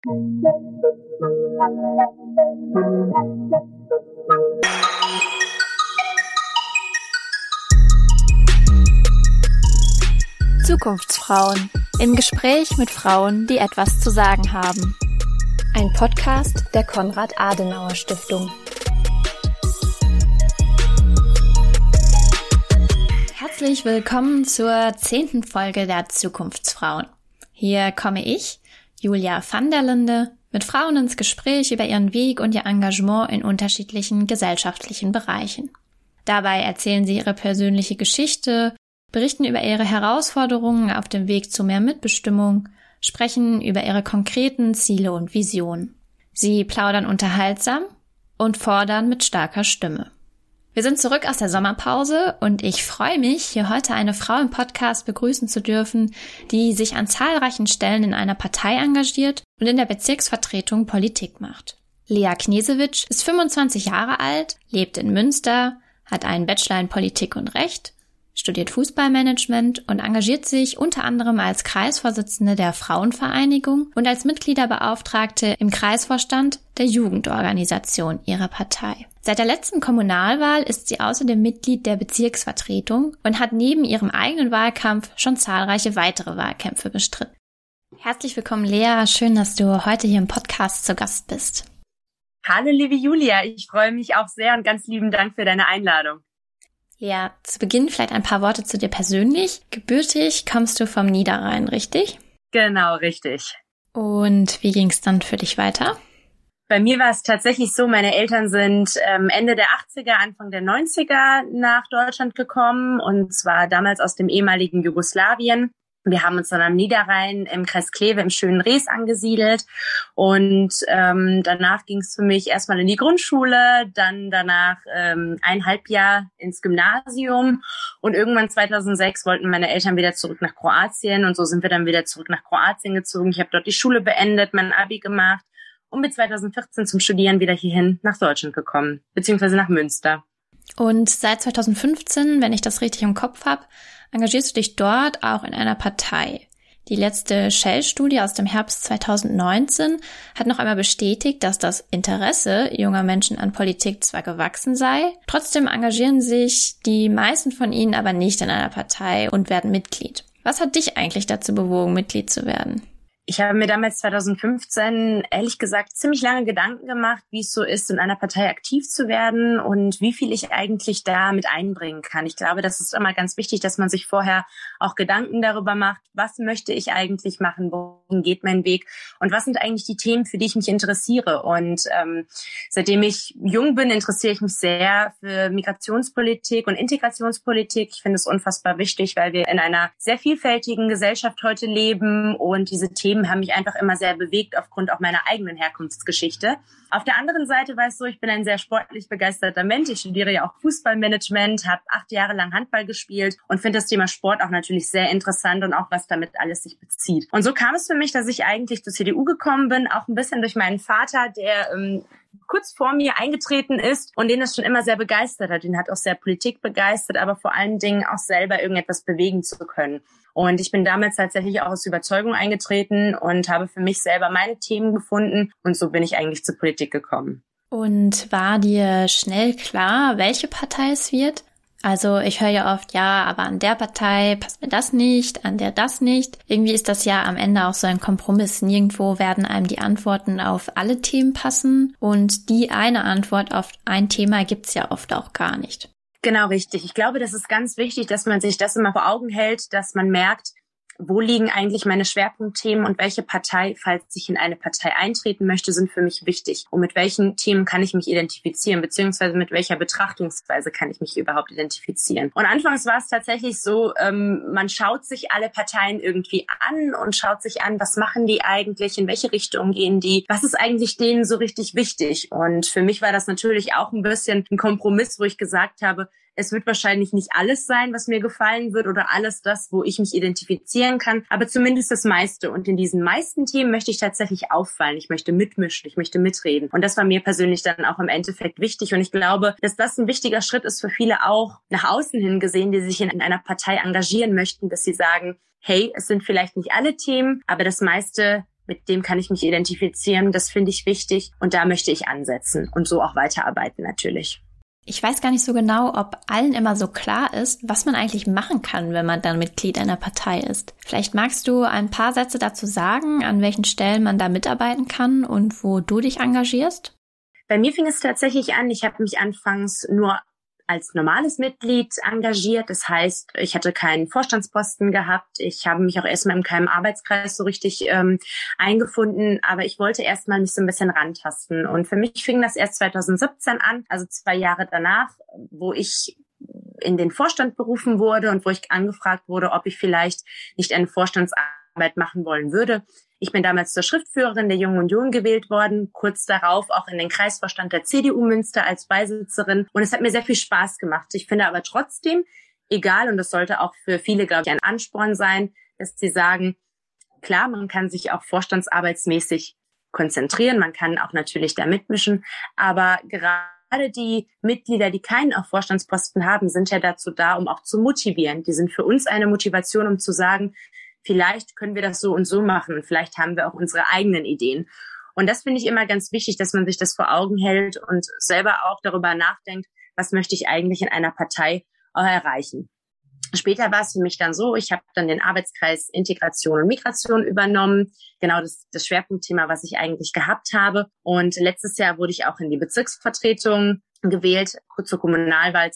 Zukunftsfrauen. Im Gespräch mit Frauen, die etwas zu sagen haben. Ein Podcast der Konrad-Adenauer-Stiftung. Herzlich willkommen zur 10. Folge der Zukunftsfrauen. Hier komme ich, Julia van der Linde, mit Frauen ins Gespräch über ihren Weg und ihr Engagement in unterschiedlichen gesellschaftlichen Bereichen. Dabei erzählen sie ihre persönliche Geschichte, berichten über ihre Herausforderungen auf dem Weg zu mehr Mitbestimmung, sprechen über ihre konkreten Ziele und Visionen. Sie plaudern unterhaltsam und fordern mit starker Stimme. Wir sind zurück aus der Sommerpause und ich freue mich, hier heute eine Frau im Podcast begrüßen zu dürfen, die sich an zahlreichen Stellen in einer Partei engagiert und in der Bezirksvertretung Politik macht. Lea Knesewitsch ist 25 Jahre alt, lebt in Münster, hat einen Bachelor in Politik und Recht, studiert Fußballmanagement und engagiert sich unter anderem als Kreisvorsitzende der Frauenvereinigung und als Mitgliederbeauftragte im Kreisvorstand der Jugendorganisation ihrer Partei. Seit der letzten Kommunalwahl ist sie außerdem Mitglied der Bezirksvertretung und hat neben ihrem eigenen Wahlkampf schon zahlreiche weitere Wahlkämpfe bestritten. Herzlich willkommen, Lea. Schön, dass du heute hier im Podcast zu Gast bist. Hallo, liebe Julia. Ich freue mich auch sehr und ganz lieben Dank für deine Einladung. Ja, zu Beginn vielleicht ein paar Worte zu dir persönlich. Gebürtig kommst du vom Niederrhein, richtig? Genau, richtig. Und wie ging es dann für dich weiter? Bei mir war es tatsächlich so, meine Eltern sind Ende der 80er, Anfang der 90er nach Deutschland gekommen und zwar damals aus dem ehemaligen Jugoslawien. Wir haben uns dann am Niederrhein im Kreis Kleve im schönen Rees angesiedelt und danach ging es für mich erstmal in die Grundschule, dann danach 1,5 Jahr ins Gymnasium und irgendwann 2006 wollten meine Eltern wieder zurück nach Kroatien und so sind wir dann wieder zurück nach Kroatien gezogen. Ich habe dort die Schule beendet, mein Abi gemacht und bin 2014 zum Studieren wieder hierhin nach Deutschland gekommen, beziehungsweise nach Münster. Und seit 2015, wenn ich das richtig im Kopf habe, engagierst du dich dort auch in einer Partei. Die letzte Shell-Studie aus dem Herbst 2019 hat noch einmal bestätigt, dass das Interesse junger Menschen an Politik zwar gewachsen sei, trotzdem engagieren sich die meisten von ihnen aber nicht in einer Partei und werden Mitglied. Was hat dich eigentlich dazu bewogen, Mitglied zu werden? Ich habe mir damals 2015, ehrlich gesagt, ziemlich lange Gedanken gemacht, wie es so ist, in einer Partei aktiv zu werden und wie viel ich eigentlich da mit einbringen kann. Ich glaube, das ist immer ganz wichtig, dass man sich vorher auch Gedanken darüber macht, was möchte ich eigentlich machen, wohin geht mein Weg und was sind eigentlich die Themen, für die ich mich interessiere. Und seitdem ich jung bin, interessiere ich mich sehr für Migrationspolitik und Integrationspolitik. Ich finde es unfassbar wichtig, weil wir in einer sehr vielfältigen Gesellschaft heute leben und diese Themen haben mich einfach immer sehr bewegt aufgrund auch meiner eigenen Herkunftsgeschichte. Auf der anderen Seite war es so, ich bin ein sehr sportlich begeisterter Mensch. Ich studiere ja auch Fußballmanagement, habe 8 Jahre lang Handball gespielt und finde das Thema Sport auch natürlich sehr interessant und auch was damit alles sich bezieht. Und so kam es für mich, dass ich eigentlich zur CDU gekommen bin, auch ein bisschen durch meinen Vater, der kurz vor mir eingetreten ist und den das schon immer sehr begeistert hat. Den hat auch sehr Politik begeistert, aber vor allen Dingen auch selber irgendetwas bewegen zu können. Und ich bin damals tatsächlich auch aus Überzeugung eingetreten und habe für mich selber meine Themen gefunden und so bin ich eigentlich zur Politik gekommen. Und war dir schnell klar, welche Partei es wird? Also ich höre ja oft, ja, aber an der Partei passt mir das nicht, an der das nicht. Irgendwie ist das ja am Ende auch so ein Kompromiss. Nirgendwo werden einem die Antworten auf alle Themen passen und die eine Antwort auf ein Thema gibt's ja oft auch gar nicht. Genau, richtig. Ich glaube, das ist ganz wichtig, dass man sich das immer vor Augen hält, dass man merkt, wo liegen eigentlich meine Schwerpunktthemen und welche Partei, falls ich in eine Partei eintreten möchte, sind für mich wichtig. Und mit welchen Themen kann ich mich identifizieren, beziehungsweise mit welcher Betrachtungsweise kann ich mich überhaupt identifizieren. Und anfangs war es tatsächlich so, man schaut sich alle Parteien irgendwie an und schaut sich an, was machen die eigentlich, in welche Richtung gehen die, was ist eigentlich denen so richtig wichtig. Und für mich war das natürlich auch ein bisschen ein Kompromiss, wo ich gesagt habe, es wird wahrscheinlich nicht alles sein, was mir gefallen wird oder alles das, wo ich mich identifizieren kann, aber zumindest das meiste. Und in diesen meisten Themen möchte ich tatsächlich auffallen. Ich möchte mitmischen, ich möchte mitreden. Und das war mir persönlich dann auch im Endeffekt wichtig. Und ich glaube, dass das ein wichtiger Schritt ist für viele auch nach außen hin gesehen, die sich in einer Partei engagieren möchten, dass sie sagen, hey, es sind vielleicht nicht alle Themen, aber das meiste mit dem kann ich mich identifizieren, das finde ich wichtig und da möchte ich ansetzen und so auch weiterarbeiten natürlich. Ich weiß gar nicht so genau, ob allen immer so klar ist, was man eigentlich machen kann, wenn man dann Mitglied einer Partei ist. Vielleicht magst du ein paar Sätze dazu sagen, an welchen Stellen man da mitarbeiten kann und wo du dich engagierst? Bei mir fing es tatsächlich an, ich habe mich anfangs nur als normales Mitglied engagiert. Das heißt, ich hatte keinen Vorstandsposten gehabt. Ich habe mich auch erstmal in keinem Arbeitskreis so richtig eingefunden. Aber ich wollte erstmal mich so ein bisschen rantasten. Und für mich fing das erst 2017 an, also 2 Jahre danach, wo ich in den Vorstand berufen wurde und wo ich angefragt wurde, ob ich vielleicht nicht eine Vorstandsarbeit machen wollen würde. Ich bin damals zur Schriftführerin der Jungen Union gewählt worden, kurz darauf auch in den Kreisvorstand der CDU Münster als Beisitzerin. Und es hat mir sehr viel Spaß gemacht. Ich finde aber trotzdem, egal, und das sollte auch für viele, glaube ich, ein Ansporn sein, dass sie sagen, klar, man kann sich auch vorstandsarbeitsmäßig konzentrieren, man kann auch natürlich da mitmischen, aber gerade die Mitglieder, die keinen auf Vorstandsposten haben, sind ja dazu da, um auch zu motivieren. Die sind für uns eine Motivation, um zu sagen, vielleicht können wir das so und so machen und vielleicht haben wir auch unsere eigenen Ideen. Und das finde ich immer ganz wichtig, dass man sich das vor Augen hält und selber auch darüber nachdenkt, was möchte ich eigentlich in einer Partei auch erreichen. Später war es für mich dann so, ich habe dann den Arbeitskreis Integration und Migration übernommen, genau das Schwerpunktthema, was ich eigentlich gehabt habe. Und letztes Jahr wurde ich auch in die Bezirksvertretung gewählt, kurz zur Kommunalwahl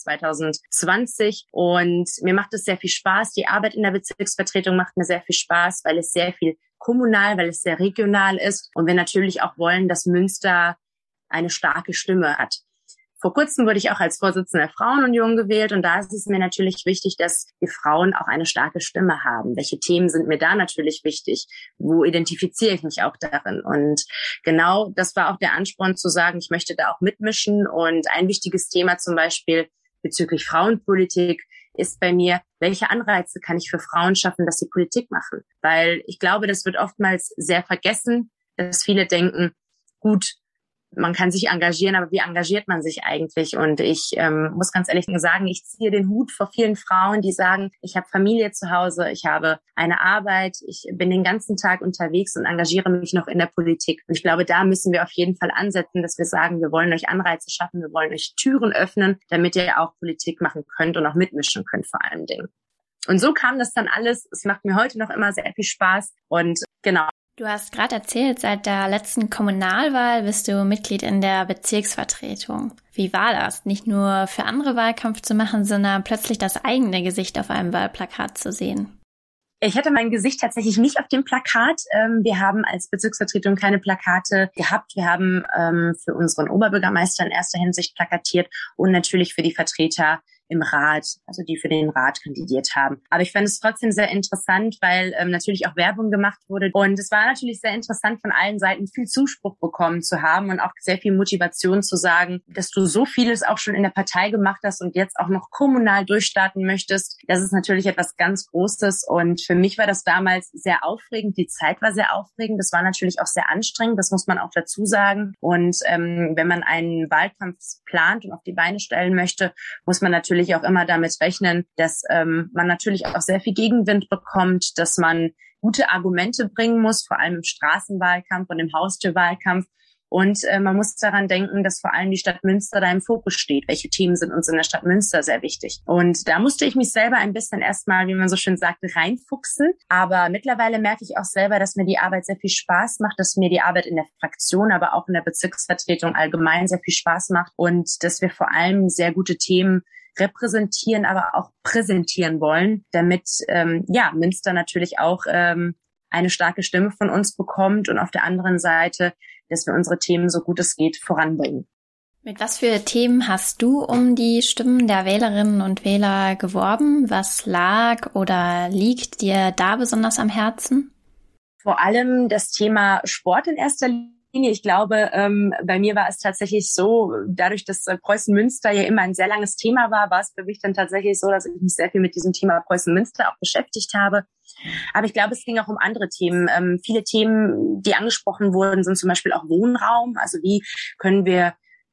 2020. Und mir macht es sehr viel Spaß. Die Arbeit in der Bezirksvertretung macht mir sehr viel Spaß, weil es sehr viel kommunal, weil es sehr regional ist. Und wir natürlich auch wollen, dass Münster eine starke Stimme hat. Vor kurzem wurde ich auch als Vorsitzende der Frauenunion gewählt und da ist es mir natürlich wichtig, dass die Frauen auch eine starke Stimme haben. Welche Themen sind mir da natürlich wichtig? Wo identifiziere ich mich auch darin? Und genau das war auch der Ansporn zu sagen, ich möchte da auch mitmischen. Und ein wichtiges Thema zum Beispiel bezüglich Frauenpolitik ist bei mir, welche Anreize kann ich für Frauen schaffen, dass sie Politik machen? Weil ich glaube, das wird oftmals sehr vergessen, dass viele denken, gut, man kann sich engagieren, aber wie engagiert man sich eigentlich? Und ich muss ganz ehrlich sagen, ich ziehe den Hut vor vielen Frauen, die sagen, ich habe Familie zu Hause, ich habe eine Arbeit, ich bin den ganzen Tag unterwegs und engagiere mich noch in der Politik. Und ich glaube, da müssen wir auf jeden Fall ansetzen, dass wir sagen, wir wollen euch Anreize schaffen, wir wollen euch Türen öffnen, damit ihr auch Politik machen könnt und auch mitmischen könnt vor allen Dingen. Und so kam das dann alles. Es macht mir heute noch immer sehr viel Spaß und genau. Du hast gerade erzählt, seit der letzten Kommunalwahl bist du Mitglied in der Bezirksvertretung. Wie war das, nicht nur für andere Wahlkampf zu machen, sondern plötzlich das eigene Gesicht auf einem Wahlplakat zu sehen? Ich hatte mein Gesicht tatsächlich nicht auf dem Plakat. Wir haben als Bezirksvertretung keine Plakate gehabt. Wir haben für unseren Oberbürgermeister in erster Hinsicht plakatiert und natürlich für die Vertreter im Rat, also die für den Rat kandidiert haben. Aber ich fand es trotzdem sehr interessant, weil natürlich auch Werbung gemacht wurde. Und es war natürlich sehr interessant, von allen Seiten viel Zuspruch bekommen zu haben und auch sehr viel Motivation zu sagen, dass du so vieles auch schon in der Partei gemacht hast und jetzt auch noch kommunal durchstarten möchtest. Das ist natürlich etwas ganz Großes. Und für mich war das damals sehr aufregend. Die Zeit war sehr aufregend. Das war natürlich auch sehr anstrengend. Das muss man auch dazu sagen. Und wenn man einen Wahlkampf plant und auf die Beine stellen möchte, muss man natürlich auch immer damit rechnen, dass man natürlich auch sehr viel Gegenwind bekommt, dass man gute Argumente bringen muss, vor allem im Straßenwahlkampf und im Haustürwahlkampf. Und man muss daran denken, dass vor allem die Stadt Münster da im Fokus steht. Welche Themen sind uns in der Stadt Münster sehr wichtig? Und da musste ich mich selber ein bisschen erstmal, wie man so schön sagt, reinfuchsen. Aber mittlerweile merke ich auch selber, dass mir die Arbeit sehr viel Spaß macht, dass mir die Arbeit in der Fraktion, aber auch in der Bezirksvertretung allgemein sehr viel Spaß macht und dass wir vor allem sehr gute Themen repräsentieren, aber auch präsentieren wollen, damit Münster natürlich auch eine starke Stimme von uns bekommt und auf der anderen Seite, dass wir unsere Themen so gut es geht voranbringen. Mit was für Themen hast du um die Stimmen der Wählerinnen und Wähler geworben? Was lag oder liegt dir da besonders am Herzen? Vor allem das Thema Sport in erster Linie. Ich glaube, bei mir war es tatsächlich so, dadurch, dass Preußen-Münster ja immer ein sehr langes Thema war, war es für mich dann tatsächlich so, dass ich mich sehr viel mit diesem Thema Preußen-Münster auch beschäftigt habe. Aber ich glaube, es ging auch um andere Themen. Viele Themen, die angesprochen wurden, sind zum Beispiel auch Wohnraum. Also wie können wir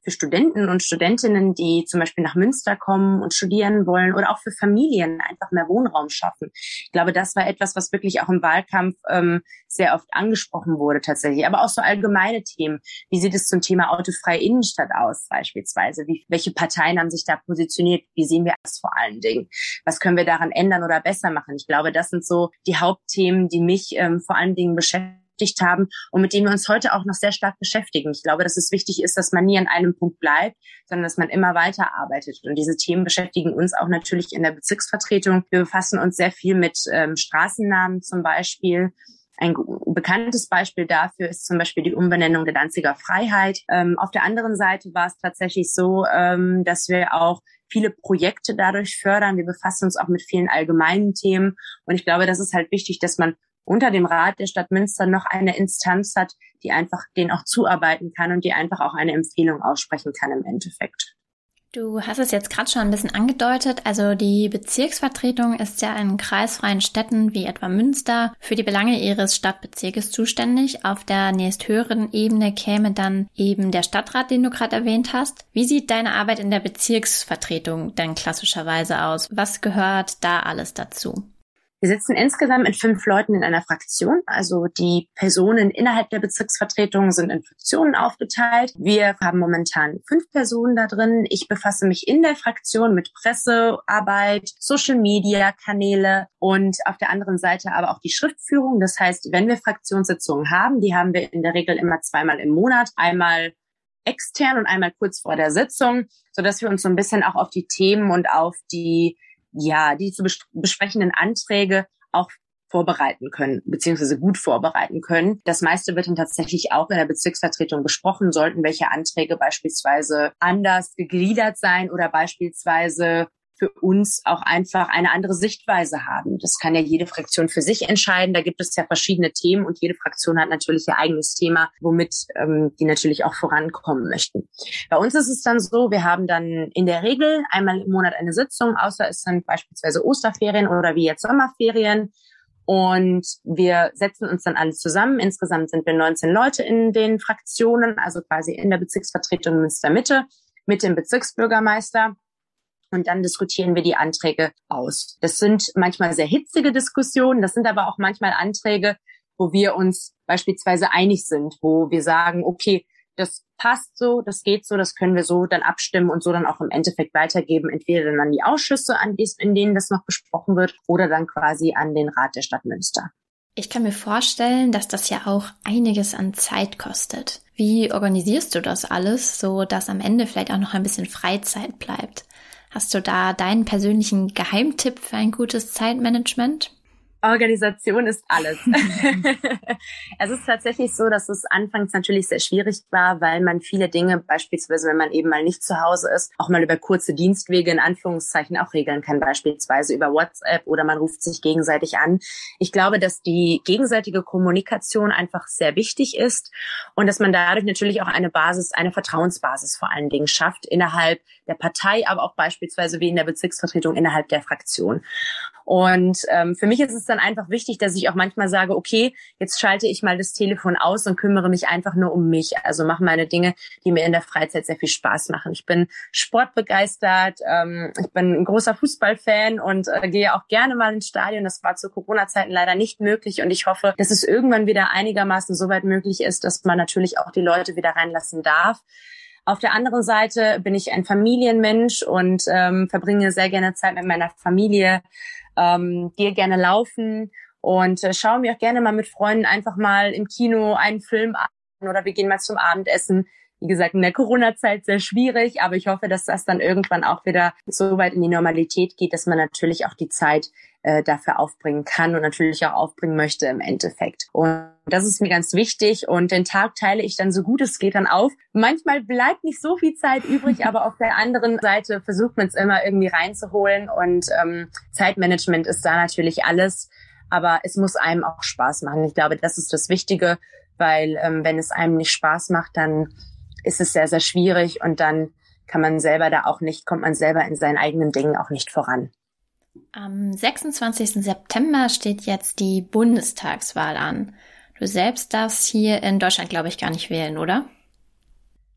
für Studenten und Studentinnen, die zum Beispiel nach Münster kommen und studieren wollen oder auch für Familien einfach mehr Wohnraum schaffen. Ich glaube, das war etwas, was wirklich auch im Wahlkampf sehr oft angesprochen wurde tatsächlich. Aber auch so allgemeine Themen. Wie sieht es zum Thema autofreie Innenstadt aus beispielsweise? Welche Parteien haben sich da positioniert? Wie sehen wir das vor allen Dingen? Was können wir daran ändern oder besser machen? Ich glaube, das sind so die Hauptthemen, die mich vor allen Dingen beschäftigen haben und mit denen wir uns heute auch noch sehr stark beschäftigen. Ich glaube, dass es wichtig ist, dass man nie an einem Punkt bleibt, sondern dass man immer weiter arbeitet. Und diese Themen beschäftigen uns auch natürlich in der Bezirksvertretung. Wir befassen uns sehr viel mit Straßennamen zum Beispiel. Ein bekanntes Beispiel dafür ist zum Beispiel die Umbenennung der Danziger Freiheit. Auf der anderen Seite war es tatsächlich so, dass wir auch viele Projekte dadurch fördern. Wir befassen uns auch mit vielen allgemeinen Themen. Und ich glaube, das ist halt wichtig, dass man unter dem Rat der Stadt Münster noch eine Instanz hat, die einfach denen auch zuarbeiten kann und die einfach auch eine Empfehlung aussprechen kann im Endeffekt. Du hast es jetzt gerade schon ein bisschen angedeutet, also die Bezirksvertretung ist ja in kreisfreien Städten wie etwa Münster für die Belange ihres Stadtbezirkes zuständig. Auf der nächsthöheren Ebene käme dann eben der Stadtrat, den du gerade erwähnt hast. Wie sieht deine Arbeit in der Bezirksvertretung denn klassischerweise aus? Was gehört da alles dazu? Wir sitzen insgesamt mit 5 Leuten in einer Fraktion. Also die Personen innerhalb der Bezirksvertretung sind in Fraktionen aufgeteilt. Wir haben momentan 5 Personen da drin. Ich befasse mich in der Fraktion mit Pressearbeit, Social-Media-Kanäle und auf der anderen Seite aber auch die Schriftführung. Das heißt, wenn wir Fraktionssitzungen haben, die haben wir in der Regel immer 2-mal im Monat, einmal extern und einmal kurz vor der Sitzung, sodass wir uns so ein bisschen auch auf die Themen und auf die zu besprechenden Anträge auch vorbereiten können, beziehungsweise gut vorbereiten können. Das meiste wird dann tatsächlich auch in der Bezirksvertretung besprochen, sollten welche Anträge beispielsweise anders gegliedert sein oder beispielsweise für uns auch einfach eine andere Sichtweise haben. Das kann ja jede Fraktion für sich entscheiden. Da gibt es ja verschiedene Themen und jede Fraktion hat natürlich ihr eigenes Thema, womit die natürlich auch vorankommen möchten. Bei uns ist es dann so, wir haben dann in der Regel einmal im Monat eine Sitzung, außer es sind beispielsweise Osterferien oder wie jetzt Sommerferien. Und wir setzen uns dann alle zusammen. Insgesamt sind wir 19 Leute in den Fraktionen, also quasi in der Bezirksvertretung Münster Mitte mit dem Bezirksbürgermeister. Und dann diskutieren wir die Anträge aus. Das sind manchmal sehr hitzige Diskussionen. Das sind aber auch manchmal Anträge, wo wir uns beispielsweise einig sind, wo wir sagen, okay, das passt so, das geht so, das können wir so dann abstimmen und so dann auch im Endeffekt weitergeben. Entweder dann an die Ausschüsse, in denen das noch besprochen wird, oder dann quasi an den Rat der Stadt Münster. Ich kann mir vorstellen, dass das ja auch einiges an Zeit kostet. Wie organisierst du das alles, so dass am Ende vielleicht auch noch ein bisschen Freizeit bleibt? Hast du da deinen persönlichen Geheimtipp für ein gutes Zeitmanagement? Organisation ist alles. Es ist tatsächlich so, dass es anfangs natürlich sehr schwierig war, weil man viele Dinge, beispielsweise wenn man eben mal nicht zu Hause ist, auch mal über kurze Dienstwege in Anführungszeichen auch regeln kann, beispielsweise über WhatsApp oder man ruft sich gegenseitig an. Ich glaube, dass die gegenseitige Kommunikation einfach sehr wichtig ist und dass man dadurch natürlich auch eine Basis, eine Vertrauensbasis vor allen Dingen schafft innerhalb der Partei, aber auch beispielsweise wie in der Bezirksvertretung innerhalb der Fraktion. Und für mich ist es dann einfach wichtig, dass ich auch manchmal sage, okay, jetzt schalte ich mal das Telefon aus und kümmere mich einfach nur um mich. Also mache meine Dinge, die mir in der Freizeit sehr viel Spaß machen. Ich bin sportbegeistert, ich bin ein großer Fußballfan und gehe auch gerne mal ins Stadion. Das war zu Corona-Zeiten leider nicht möglich und ich hoffe, dass es irgendwann wieder einigermaßen so weit möglich ist, dass man natürlich auch die Leute wieder reinlassen darf. Auf der anderen Seite bin ich ein Familienmensch und verbringe sehr gerne Zeit mit meiner Familie, gehe gerne laufen und schaue mir auch gerne mal mit Freunden einfach mal im Kino einen Film an oder wir gehen mal zum Abendessen. Wie gesagt, in der Corona-Zeit sehr schwierig, aber ich hoffe, dass das dann irgendwann auch wieder so weit in die Normalität geht, dass man natürlich auch die Zeit dafür aufbringen kann und natürlich auch aufbringen möchte im Endeffekt. Und das ist mir ganz wichtig und den Tag teile ich dann so gut es geht dann auf. Manchmal bleibt nicht so viel Zeit übrig, aber auf der anderen Seite versucht man es immer irgendwie reinzuholen und Zeitmanagement ist da natürlich alles, aber es muss einem auch Spaß machen. Ich glaube, das ist das Wichtige, weil wenn es einem nicht Spaß macht, dann ist es sehr, sehr schwierig und dann kommt man selber in seinen eigenen Dingen auch nicht voran. Am 26. September steht jetzt die Bundestagswahl an. Du selbst darfst hier in Deutschland, glaube ich, gar nicht wählen, oder?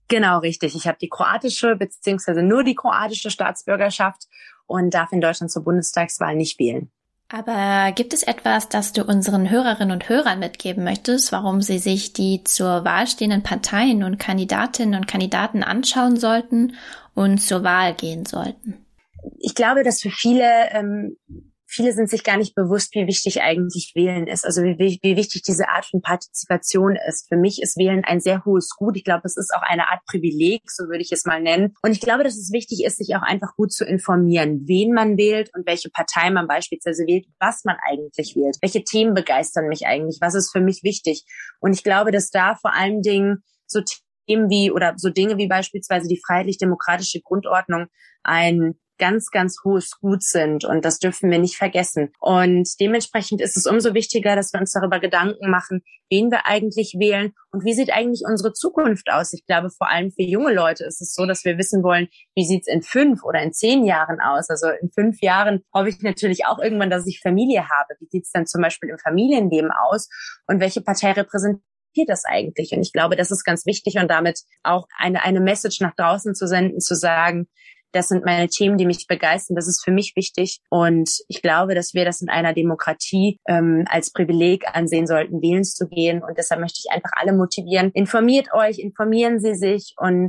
Genau, richtig. Ich habe die kroatische beziehungsweise nur die kroatische Staatsbürgerschaft und darf in Deutschland zur Bundestagswahl nicht wählen. Aber gibt es etwas, das du unseren Hörerinnen und Hörern mitgeben möchtest, warum sie sich die zur Wahl stehenden Parteien und Kandidatinnen und Kandidaten anschauen sollten und zur Wahl gehen sollten? Ich glaube, dass für viele sind sich gar nicht bewusst, wie wichtig eigentlich Wählen ist. Also wie wichtig diese Art von Partizipation ist. Für mich ist Wählen ein sehr hohes Gut. Ich glaube, es ist auch eine Art Privileg, so würde ich es mal nennen. Und ich glaube, dass es wichtig ist, sich auch einfach gut zu informieren, wen man wählt und welche Partei man beispielsweise wählt, was man eigentlich wählt. Welche Themen begeistern mich eigentlich? Was ist für mich wichtig? Und ich glaube, dass da vor allen Dingen so Themen wie oder so Dinge wie beispielsweise die freiheitlich-demokratische Grundordnung ein ganz, ganz hohes Gut sind und das dürfen wir nicht vergessen. Und dementsprechend ist es umso wichtiger, dass wir uns darüber Gedanken machen, wen wir eigentlich wählen und wie sieht eigentlich unsere Zukunft aus. Ich glaube, vor allem für junge Leute ist es so, dass wir wissen wollen, wie sieht's in 5 oder in 10 Jahren aus. Also in 5 Jahren hoffe ich natürlich auch irgendwann, dass ich Familie habe. Wie sieht's dann zum Beispiel im Familienleben aus und welche Partei repräsentiert das eigentlich? Und ich glaube, das ist ganz wichtig und damit auch eine Message nach draußen zu senden, zu sagen, das sind meine Themen, die mich begeistern. Das ist für mich wichtig. Und ich glaube, dass wir das in einer Demokratie als Privileg ansehen sollten, wählen zu gehen. Und deshalb möchte ich einfach alle motivieren. Informiert euch, informieren Sie sich und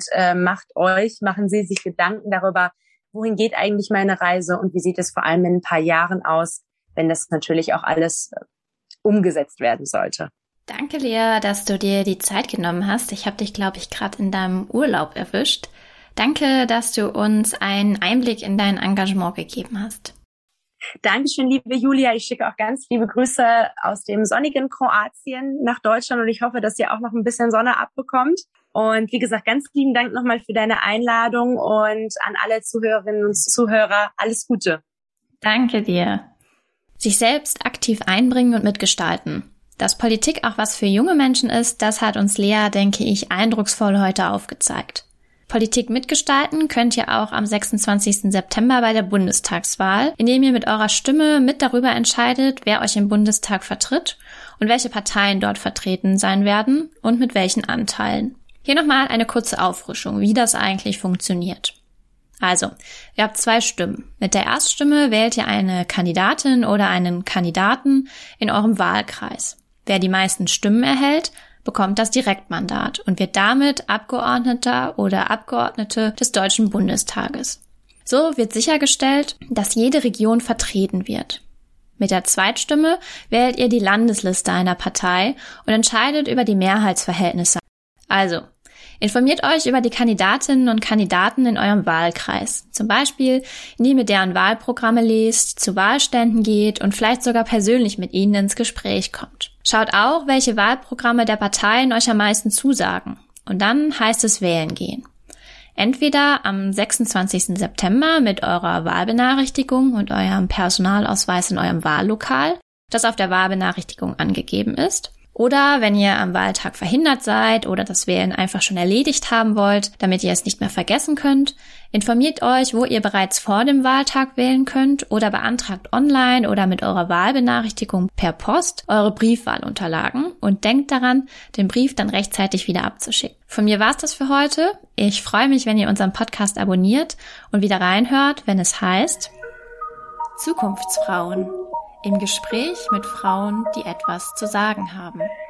machen Sie sich Gedanken darüber, wohin geht eigentlich meine Reise und wie sieht es vor allem in ein paar Jahren aus, wenn das natürlich auch alles umgesetzt werden sollte. Danke, Lea, dass du dir die Zeit genommen hast. Ich habe dich, glaube ich, gerade in deinem Urlaub erwischt. Danke, dass du uns einen Einblick in dein Engagement gegeben hast. Dankeschön, liebe Julia. Ich schicke auch ganz liebe Grüße aus dem sonnigen Kroatien nach Deutschland und ich hoffe, dass ihr auch noch ein bisschen Sonne abbekommt. Und wie gesagt, ganz lieben Dank nochmal für deine Einladung und an alle Zuhörerinnen und Zuhörer alles Gute. Danke dir. Sich selbst aktiv einbringen und mitgestalten. Dass Politik auch was für junge Menschen ist, das hat uns Lea, denke ich, eindrucksvoll heute aufgezeigt. Politik mitgestalten könnt ihr auch am 26. September bei der Bundestagswahl, indem ihr mit eurer Stimme mit darüber entscheidet, wer euch im Bundestag vertritt und welche Parteien dort vertreten sein werden und mit welchen Anteilen. Hier nochmal eine kurze Auffrischung, wie das eigentlich funktioniert. Also, ihr habt 2 Stimmen. Mit der Erststimme wählt ihr eine Kandidatin oder einen Kandidaten in eurem Wahlkreis. Wer die meisten Stimmen erhält, bekommt das Direktmandat und wird damit Abgeordneter oder Abgeordnete des Deutschen Bundestages. So wird sichergestellt, dass jede Region vertreten wird. Mit der Zweitstimme wählt ihr die Landesliste einer Partei und entscheidet über die Mehrheitsverhältnisse. Also, informiert euch über die Kandidatinnen und Kandidaten in eurem Wahlkreis. Zum Beispiel, indem ihr deren Wahlprogramme lest, zu Wahlständen geht und vielleicht sogar persönlich mit ihnen ins Gespräch kommt. Schaut auch, welche Wahlprogramme der Parteien euch am meisten zusagen. Und dann heißt es wählen gehen. Entweder am 26. September mit eurer Wahlbenachrichtigung und eurem Personalausweis in eurem Wahllokal, das auf der Wahlbenachrichtigung angegeben ist, oder wenn ihr am Wahltag verhindert seid oder das Wählen einfach schon erledigt haben wollt, damit ihr es nicht mehr vergessen könnt, informiert euch, wo ihr bereits vor dem Wahltag wählen könnt oder beantragt online oder mit eurer Wahlbenachrichtigung per Post eure Briefwahlunterlagen und denkt daran, den Brief dann rechtzeitig wieder abzuschicken. Von mir war's das für heute. Ich freue mich, wenn ihr unseren Podcast abonniert und wieder reinhört, wenn es heißt Zukunftsfrauen. Im Gespräch mit Frauen, die etwas zu sagen haben.